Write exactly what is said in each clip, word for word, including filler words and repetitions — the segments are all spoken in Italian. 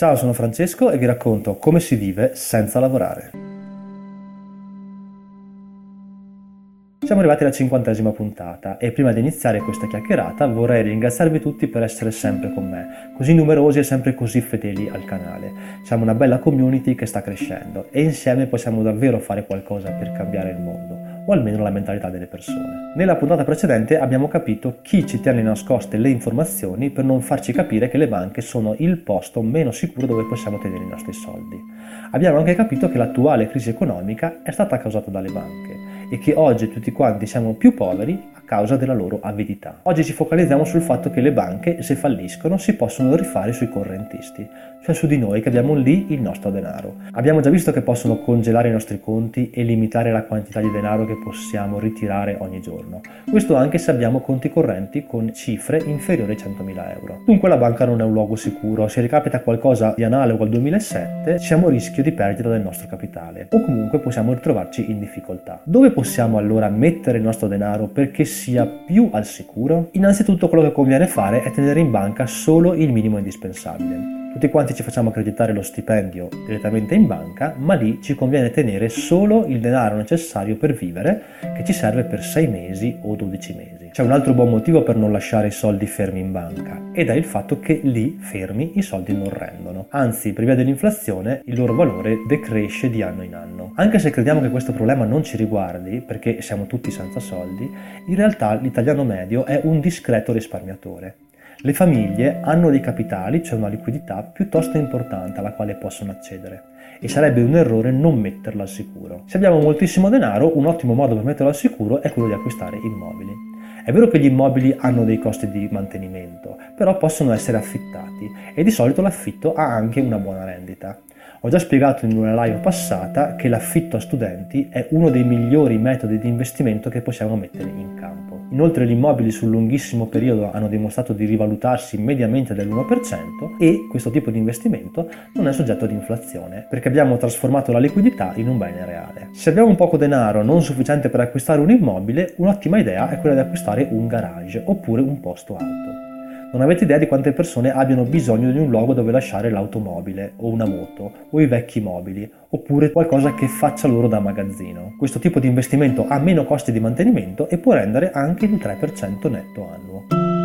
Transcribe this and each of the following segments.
Ciao, sono Francesco e vi racconto come si vive senza lavorare. Siamo arrivati alla cinquantesima puntata e prima di iniziare questa chiacchierata vorrei ringraziarvi tutti per essere sempre con me, così numerosi e sempre così fedeli al canale. Siamo una bella community che sta crescendo e insieme possiamo davvero fare qualcosa per cambiare il mondo, o almeno la mentalità delle persone. Nella puntata precedente abbiamo capito chi ci tiene nascoste le informazioni per non farci capire che le banche sono il posto meno sicuro dove possiamo tenere i nostri soldi. Abbiamo anche capito che l'attuale crisi economica è stata causata dalle banche e che oggi tutti quanti siamo più poveri a causa della loro avidità. Oggi ci focalizziamo sul fatto che le banche, se falliscono, si possono rifare sui correntisti, cioè su di noi che abbiamo lì il nostro denaro. Abbiamo già visto che possono congelare i nostri conti e limitare la quantità di denaro che possiamo ritirare ogni giorno. Questo anche se abbiamo conti correnti con cifre inferiori ai centomila euro. Dunque la banca non è un luogo sicuro. Se ricapita qualcosa di analogo al duemilasette, siamo a rischio di perdita del nostro capitale o comunque possiamo ritrovarci in difficoltà. Dove possiamo allora mettere il nostro denaro perché sia più al sicuro? Innanzitutto quello che conviene fare è tenere in banca solo il minimo indispensabile. Tutti quanti ci facciamo accreditare lo stipendio direttamente in banca, ma lì ci conviene tenere solo il denaro necessario per vivere, che ci serve per sei mesi o dodici mesi. C'è un altro buon motivo per non lasciare i soldi fermi in banca, ed è il fatto che lì, fermi, i soldi non rendono. Anzi, per via dell'inflazione, il loro valore decresce di anno in anno. Anche se crediamo che questo problema non ci riguardi, perché siamo tutti senza soldi, in realtà l'italiano medio è un discreto risparmiatore. Le famiglie hanno dei capitali, cioè una liquidità piuttosto importante alla quale possono accedere e sarebbe un errore non metterla al sicuro. Se abbiamo moltissimo denaro, un ottimo modo per metterlo al sicuro è quello di acquistare immobili. È vero che gli immobili hanno dei costi di mantenimento, però possono essere affittati e di solito l'affitto ha anche una buona rendita. Ho già spiegato in una live passata che l'affitto a studenti è uno dei migliori metodi di investimento che possiamo mettere in campo. Inoltre gli immobili sul lunghissimo periodo hanno dimostrato di rivalutarsi mediamente dell'uno per cento e questo tipo di investimento non è soggetto ad inflazione perché abbiamo trasformato la liquidità in un bene reale. Se abbiamo un poco denaro non sufficiente per acquistare un immobile, un'ottima idea è quella di acquistare un garage oppure un posto alto. Non avete idea di quante persone abbiano bisogno di un luogo dove lasciare l'automobile o una moto o i vecchi mobili oppure qualcosa che faccia loro da magazzino. Questo tipo di investimento ha meno costi di mantenimento e può rendere anche il tre per cento netto annuo.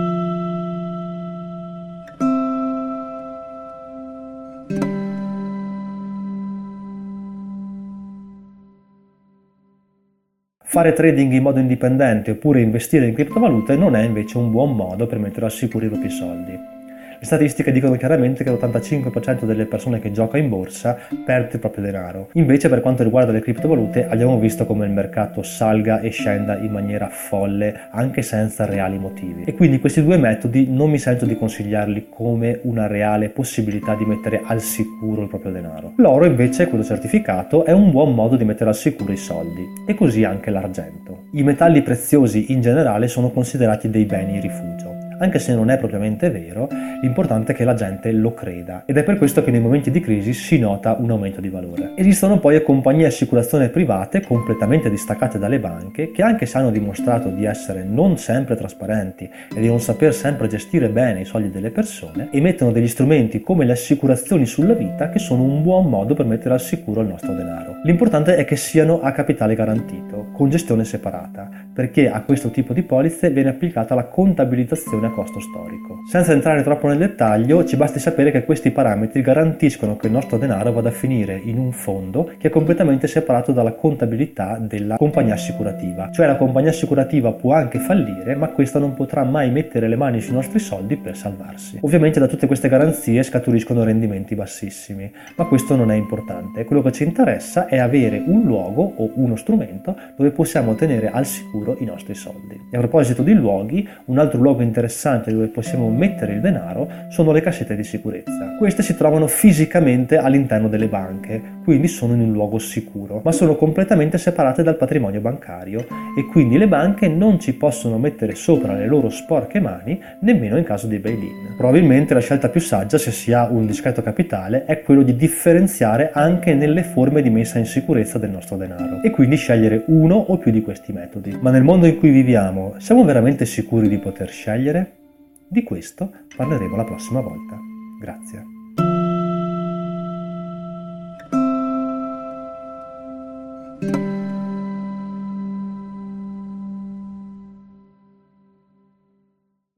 Fare trading in modo indipendente oppure investire in criptovalute non è invece un buon modo per mettere al sicuro i propri soldi. Le statistiche dicono chiaramente che l'ottantacinque per cento delle persone che gioca in borsa perde il proprio denaro. Invece per quanto riguarda le criptovalute abbiamo visto come il mercato salga e scenda in maniera folle anche senza reali motivi. E quindi questi due metodi non mi sento di consigliarli come una reale possibilità di mettere al sicuro il proprio denaro. L'oro invece, quello certificato, è un buon modo di mettere al sicuro i soldi e così anche l'argento. I metalli preziosi in generale sono considerati dei beni rifugio. Anche se non è propriamente vero, l'importante è che la gente lo creda ed è per questo che nei momenti di crisi si nota un aumento di valore. Esistono poi compagnie di assicurazione private completamente distaccate dalle banche che anche se hanno dimostrato di essere non sempre trasparenti e di non saper sempre gestire bene i soldi delle persone, emettono degli strumenti come le assicurazioni sulla vita che sono un buon modo per mettere al sicuro il nostro denaro. L'importante è che siano a capitale garantito, con gestione separata, perché a questo tipo di polizze viene applicata la contabilizzazione a costo storico. Senza entrare troppo nel dettaglio, ci basti sapere che questi parametri garantiscono che il nostro denaro vada a finire in un fondo che è completamente separato dalla contabilità della compagnia assicurativa. Cioè la compagnia assicurativa può anche fallire, ma questa non potrà mai mettere le mani sui nostri soldi per salvarsi. Ovviamente da tutte queste garanzie scaturiscono rendimenti bassissimi, ma questo non è importante. Quello che ci interessa è avere un luogo o uno strumento dove possiamo tenere al sicuro i nostri soldi. E a proposito di luoghi, un altro luogo interessante dove possiamo mettere il denaro sono le cassette di sicurezza. Queste si trovano fisicamente all'interno delle banche, quindi sono in un luogo sicuro, ma sono completamente separate dal patrimonio bancario e quindi le banche non ci possono mettere sopra le loro sporche mani nemmeno in caso di bail-in. Probabilmente la scelta più saggia, se si ha un discreto capitale, è quello di differenziare anche nelle forme di messa in sicurezza del nostro denaro e quindi scegliere uno o più di questi metodi. Ma nel mondo in cui viviamo, siamo veramente sicuri di poter scegliere? Di questo parleremo la prossima volta. Grazie.